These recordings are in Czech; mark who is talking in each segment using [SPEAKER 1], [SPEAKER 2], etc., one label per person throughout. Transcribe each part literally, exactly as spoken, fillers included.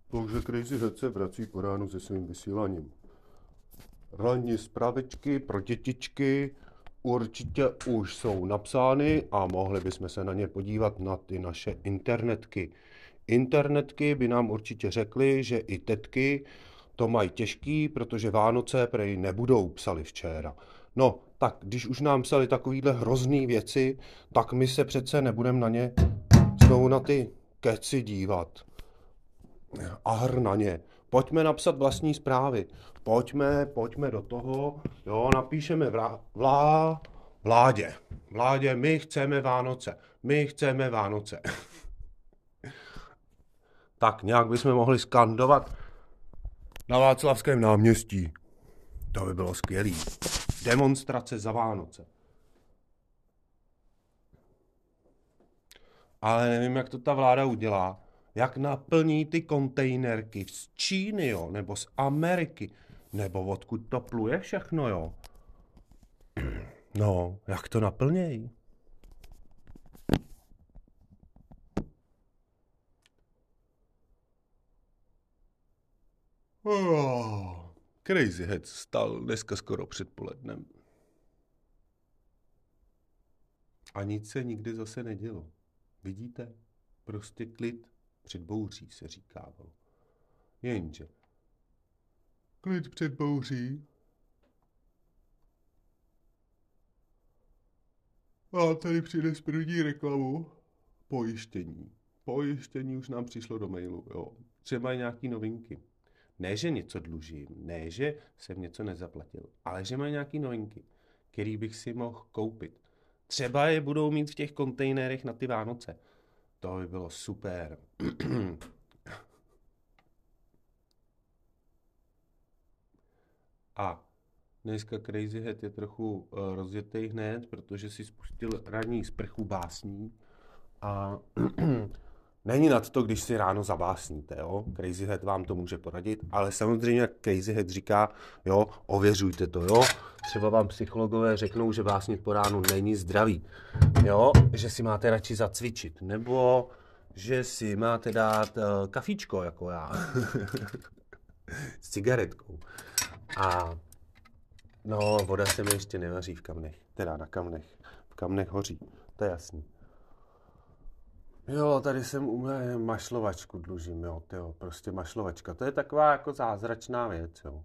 [SPEAKER 1] Takže Crazy Head se vrací po ránu se svým vysíláním. Ranní zprávečky pro dětičky určitě už jsou napsány a mohli bychom se na ně podívat na ty naše internetky. Internetky by nám určitě řekly, že i tetky to mají těžký, protože Vánoce prej nebudou, psali včera. No, tak když už nám psali takovýhle hrozný věci, tak my se přece nebudeme na ně znovu na ty keci dívat. A hr na ně. Pojďme napsat vlastní zprávy. Pojďme, pojďme do toho. Jo, napíšeme vlá, vlá, vládě. Vládě, my chceme Vánoce. My chceme Vánoce. Tak nějak bychom mohli skandovat na Václavském náměstí. To by bylo skvělý. Demonstrace za Vánoce. Ale nevím, jak to ta vláda udělá. Jak naplní ty kontejnerky z Číny, jo, nebo z Ameriky, nebo odkud to pluje všechno, jo. No, jak to naplnějí? Oh, Crazy Head stal dneska skoro předpolednem. A nic se nikdy zase nedělo. Vidíte? Prostě klid před bouří, se říkávalo. Jenže klid před bouří. A tady přijde první reklamu. Pojištění. Pojištění už nám přišlo do mailu, jo. Třeba nějaký novinky. Ne, že něco dlužím, ne, že jsem něco nezaplatil, ale že mají nějaký novinky, který bych si mohl koupit. Třeba je budou mít v těch kontejnerech na ty Vánoce. To by bylo super. A dneska Crazy Head je trochu uh, rozjetej hned, protože si spustil ranní sprchu básní a není nad to, když si ráno zabásníte, jo. Crazy Head vám to může poradit, ale samozřejmě Crazy Head říká, jo, ověřujte to, jo. Třeba vám psychologové řeknou, že básnit po ránu není zdravý, jo, že si máte radši zacvičit, nebo že si máte dát uh, kafíčko, jako já, s cigaretkou. A no, voda se mi ještě nevaří v kamnech, teda na kamnech, v kamnech hoří, to je jasný. Jo, tady jsem u mašlovačku dlužím, jo, tyjo, prostě mašlovačka, to je taková jako zázračná věc, jo.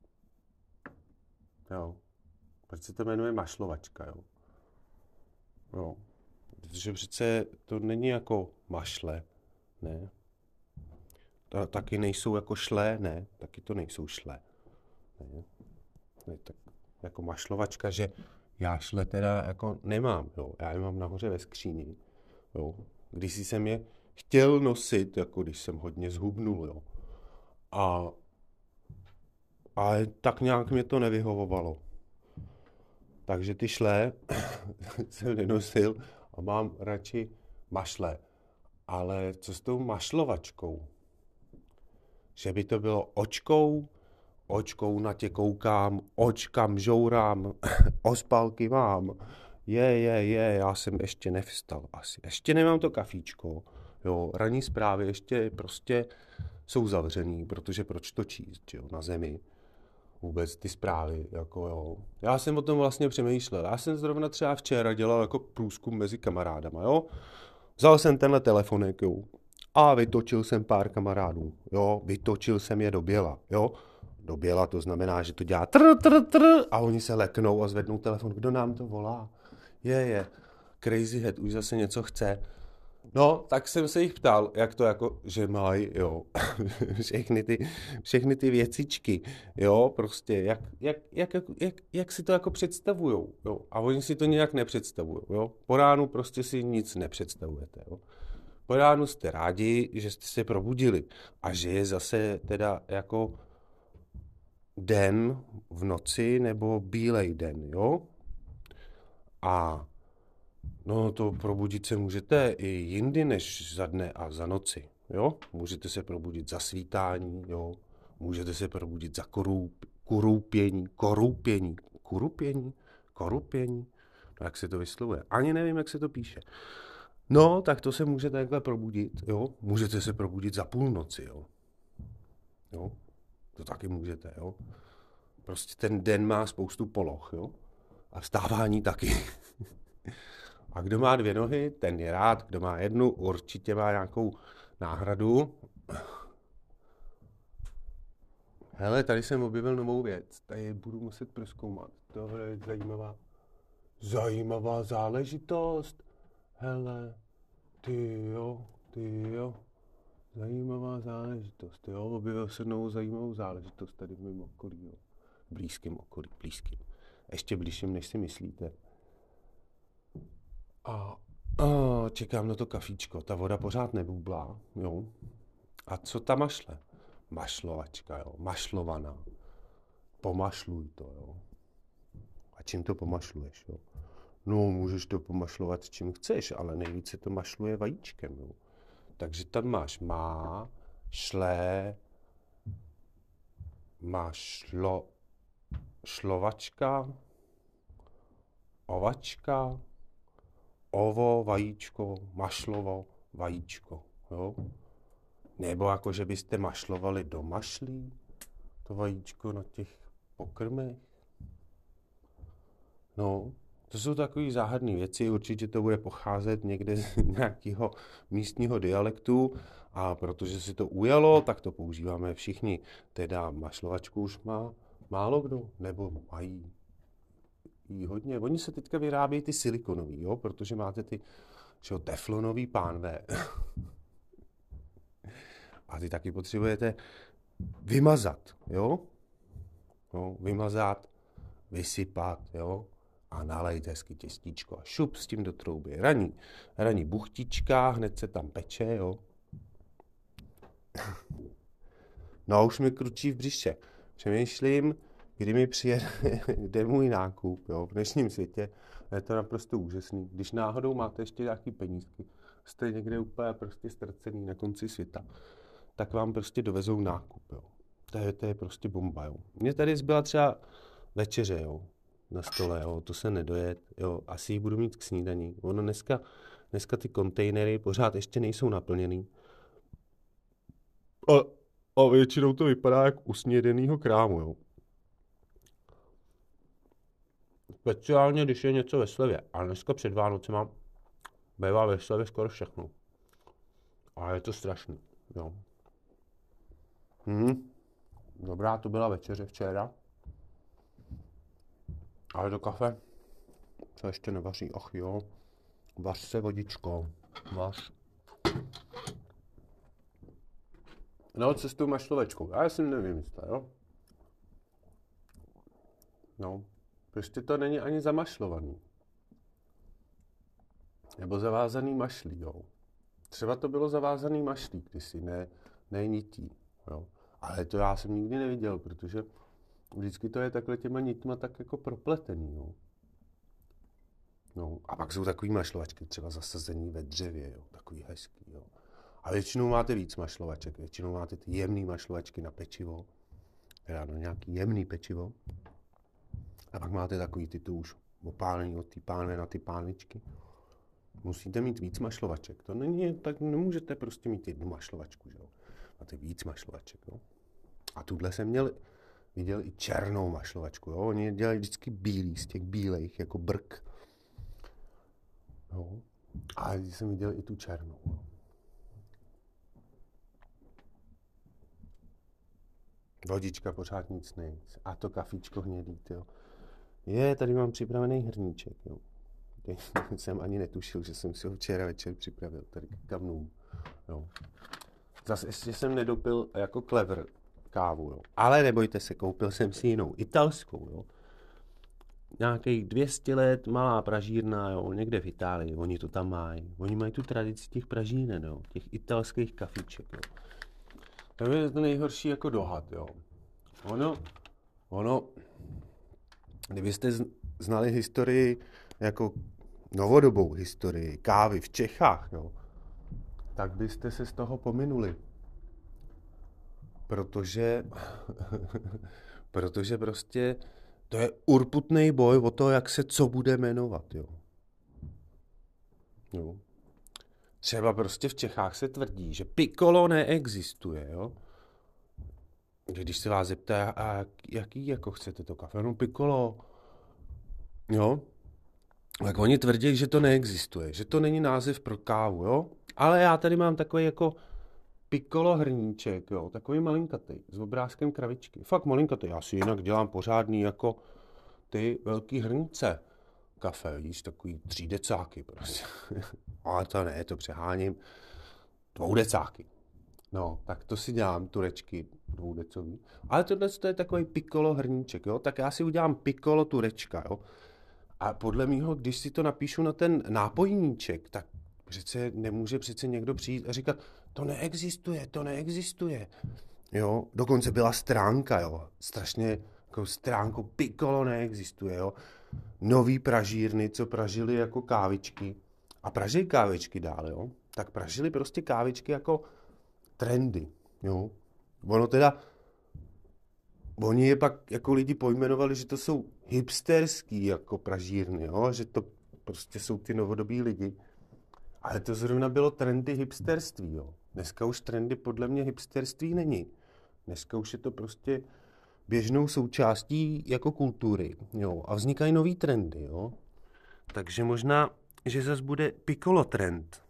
[SPEAKER 1] Jo, proč se to jmenuje mašlovačka, jo. Jo, protože přece to není jako mašle, ne. To taky nejsou jako šlé, ne, taky to nejsou šlé, ne. Ne, tak jako mašlovačka, že já šle teda jako nemám, jo, já je mám nahoře ve skříni, jo. Když jsem je chtěl nosit, jako když jsem hodně zhubnul, jo. A, ale tak nějak mě to nevyhovovalo. Takže ty šlé jsem nenosil a mám radši mašle. Ale co s tou mašlovačkou? Že by to bylo očkou, očkou na tě koukám, očkam žourám, ospalky mám. Je, je, je, já jsem ještě nevstal asi. Ještě nemám to kafíčko, jo, ranní zprávy ještě prostě jsou zavřený, protože proč to číst, jo, na zemi. Vůbec ty zprávy, jako jo. Já jsem o tom vlastně přemýšlel. Já jsem zrovna třeba včera dělal jako průzkum mezi kamarádama, jo. Vzal jsem tenhle telefonek, jo, a vytočil jsem pár kamarádů, jo. Vytočil jsem je do běla, jo. Do běla to znamená, že to dělá tr, tr, tr, a oni se leknou a zvednou telefon. Kdo nám to volá? Je, je, Crazy Head už zase něco chce. No, tak jsem se jich ptal, jak to jako, že mají, jo, všechny ty, všechny ty věcičky, jo, prostě, jak, jak, jak, jak, jak si to jako představujou, jo, a oni si to nějak nepředstavujou, jo, po ránu prostě si nic nepředstavujete, jo. Po ránu jste rádi, že jste se probudili a že je zase teda jako den v noci nebo bílej den, jo. A no to probudit se můžete i jindy než za dne a za noci, jo. Můžete se probudit za svítání, jo. Můžete se probudit za korup, korupění, korupění, korupění, korupění, no jak se to vyslovuje, ani nevím, jak se to píše. No, tak to se můžete takhle probudit, jo. Můžete se probudit za půlnoci, jo. Jo? To taky můžete, jo? Prostě ten den má spoustu poloh, jo? A vstávání taky. A kdo má dvě nohy, ten je rád, kdo má jednu, určitě má nějakou náhradu. Hele, tady jsem objevil novou věc, tady budu muset prozkoumat. Tohle je zajímavá, zajímavá záležitost. Hele, ty jo, ty jo, zajímavá záležitost, jo, objevil se novou zajímavou záležitost tady v mém okolí, jo. Blízkým okolí, blízkým. Ještě blížším, než si myslíte. A, a čekám na to kafíčko, ta voda pořád nebublá, jo. A co ta mašle? Mašlovačka, jo, mašlovaná. Pomašluj to, jo. A čím to pomašluješ, jo? No, můžeš to pomašlovat čím chceš, ale nejvíce to mašluje vajíčkem, jo. Takže tam máš má, šlé, máš šlo, šlovačka, ovačka, ovo, vajíčko, mašlovo, vajíčko, jo. Nebo jako, že byste mašlovali do mašlí, to vajíčko na těch pokrmech. No, to jsou takové záhadné věci, určitě to bude pocházet někde z nějakého místního dialektu a protože si to ujalo, tak to používáme všichni. Teda mašlovačku už má málo kdo, nebo mají jí hodně. Oni se teďka vyrábějí ty silikonový, jo, protože máte ty čo, teflonový pánve. A ty taky potřebujete vymazat, jo? jo? Vymazat, vysypat, jo? A nalejte hezky těstíčko a šup s tím do trouby. Raní, raní buchtička, hned se tam peče, jo? No a už mi kručí v břiše. Přemýšlím, kdy mi přijede, kde můj nákup, jo? V dnešním světě je to naprosto úžasný. Když náhodou máte ještě nějaký penízky, jste někde úplně prostě ztracený na konci světa, tak vám prostě dovezou nákup, jo. To je, to je prostě bomba, jo. Mně tady zbyla třeba večeře, jo, na stole, jo, to se nedojet, jo, asi ji budu mít k snídaní. Ono dneska, dneska ty kontejnery pořád ještě nejsou naplněný. A, a většinou to vypadá jak u snědenýho krámu, jo. Speciálně, když je něco ve slevě. A dneska před Vánocema bývá ve slevě skoro všechno. A je to strašný, jo. Hmm. Dobrá, to byla večeře včera. Ale do kafe se ještě nevaří. Ach jo, vař se vodičko, vař. No, co s tou mašlovečkou? Já jsem nevymyslel, jo. No, prostě to není ani zamašlovaný. Nebo zavázaný mašlí, jo. Třeba to bylo zavázaný mašlí kdysi, ne, ne nití, jo. Ale to já jsem nikdy neviděl, protože vždycky to je takhle těma nitma tak jako propletený, jo. No, a pak jsou takový mašlovačky, třeba zasazení ve dřevě, jo, takový hezký, jo. A většinou máte víc mašlovaček, většinou máte ty jemný mašlovačky na pečivo, teda no nějaký jemný pečivo. A pak máte takový ty tu už opálený od té pánve na ty pánvičky. Musíte mít víc mašlovaček, to není, tak nemůžete prostě mít jednu mašlovačku, že jo. Máte víc mašlovaček, jo. A tuhle jsem měl, viděl i černou mašlovačku, jo. Oni dělají vždycky bílý, z těch bílejch, jako brk. Jo. A jsem viděl i tu černou, jo. Vodička pořád nic nejvíc. A to kafíčko hnědý, jo. Je, tady mám připravený hrníček, jo. Teď jsem ani netušil, že jsem si ho včera večer připravil, tady kamnům, jo. Zase ještě jsem nedopil jako Clever kávu, jo. Ale nebojte se, koupil jsem si jinou, italskou, jo. Nějakých dvě stě let, malá pražírna, jo, někde v Itálii, oni to tam mají. Oni mají tu tradici těch pražíren, jo, těch italských kafíček, jo. To je to nejhorší jako dohad, jo. Ono, ono, kdybyste znali historii, jako novodobou historii kávy v Čechách, jo, tak byste se z toho pominuli. Protože, protože prostě to je urputný boj o to, jak se co bude jmenovat, jo. jo. Třeba prostě v Čechách se tvrdí, že piccolo neexistuje, jo. Když se vás zeptá, a jaký jako chcete to kafe? No piccolo. Jo? Tak oni tvrdí, že to neexistuje, že to není název pro kávu, jo? Ale já tady mám takový jako piccolo hrníček, jo? Takový malinkatý, s obrázkem kravičky. Fakt malinkatý, já si jinak dělám pořádný jako ty velký hrnice kafe, víš, takový třídecáky prostě. Ale to ne, to přeháním. Dvoudecáky. No, tak to si dělám, turečky dvoudecový. Ale tohle to je takový piccolo hrníček, jo? Tak já si udělám piccolo turečka, jo? A podle mýho, když si to napíšu na ten nápojníček, tak přece nemůže přece někdo přijít a říkat, to neexistuje, to neexistuje. Jo, dokonce byla stránka, jo, strašně jako stránku piccolo neexistuje, jo. Nový pražírny, co pražili jako kávičky a pražili kávičky dál, jo, tak pražili prostě kávičky jako trendy, jo. Ono teda, oni je pak jako lidi pojmenovali, že to jsou hipsterský jako pražírny, jo, že to prostě jsou ty novodobí lidi. Ale to zrovna bylo trendy hipsterství, jo. Dneska už trendy podle mě hipsterství není. Dneska už je to prostě běžnou součástí jako kultury, jo. A vznikají nový trendy, jo. Takže možná, že zase bude piccolo trend.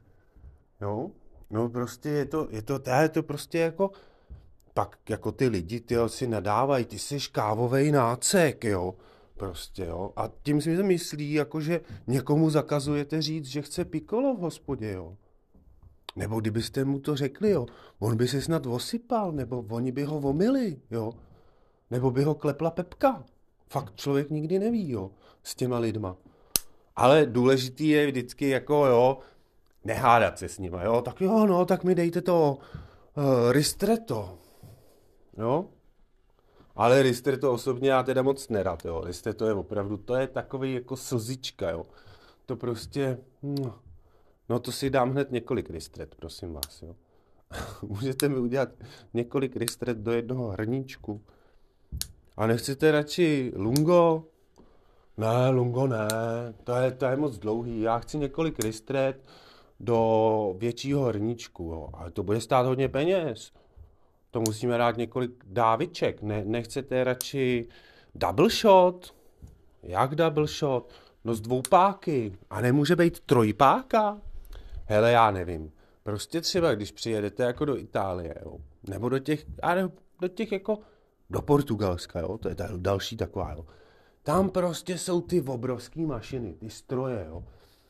[SPEAKER 1] Jo. No prostě je to, je to, je to prostě jako, pak jako ty lidi, ty si nadávají, ty jsi kávovej nácek, jo. Prostě, jo. A tím si myslí, jako, že někomu zakazujete říct, že chce piccolo v hospodě, jo. Nebo kdybyste mu to řekli, jo, on by se snad osypal, nebo oni by ho omyli, jo. Nebo by ho klepla Pepka. Fakt člověk nikdy neví, jo, s těma lidma. Ale důležitý je vždycky jako, jo, nehádat se s nima, jo. Tak jo, no, tak mi dejte to uh, ristretto, jo. Ale ristretto osobně já teda moc nerad, jo. Ristretto je opravdu, to je takový jako slzička, jo. To prostě, no to si dám hned několik ristret, prosím vás, jo. Můžete mi udělat několik ristret do jednoho hrníčku. A nechcete radši lungo? Ne, lungo ne, to je, to je moc dlouhý. Já chci několik ristret do většího hrníčku, jo. Ale to bude stát hodně peněz. To musíme dát několik dáviček. Ne, nechcete radši double shot? Jak double shot? No z dvou páky. A nemůže být trojpáka? Hele, já nevím. Prostě třeba, když přijedete jako do Itálie, jo, nebo do těch, a do těch jako, do Portugalska, jo, to je ta další taková, jo. Tam prostě jsou ty obrovský mašiny, ty stroje, jo.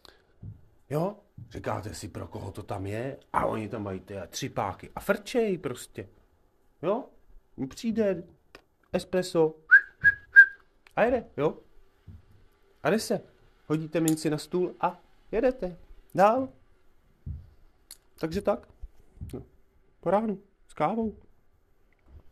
[SPEAKER 1] Jo, říkáte si, pro koho to tam je, a oni tam mají ty tři páky a frčej prostě. Jo, přijde espresso a jede, jo. A jde se. Hodíte minci na stůl a jedete dál. Takže tak. No. Po ránu. S kávou.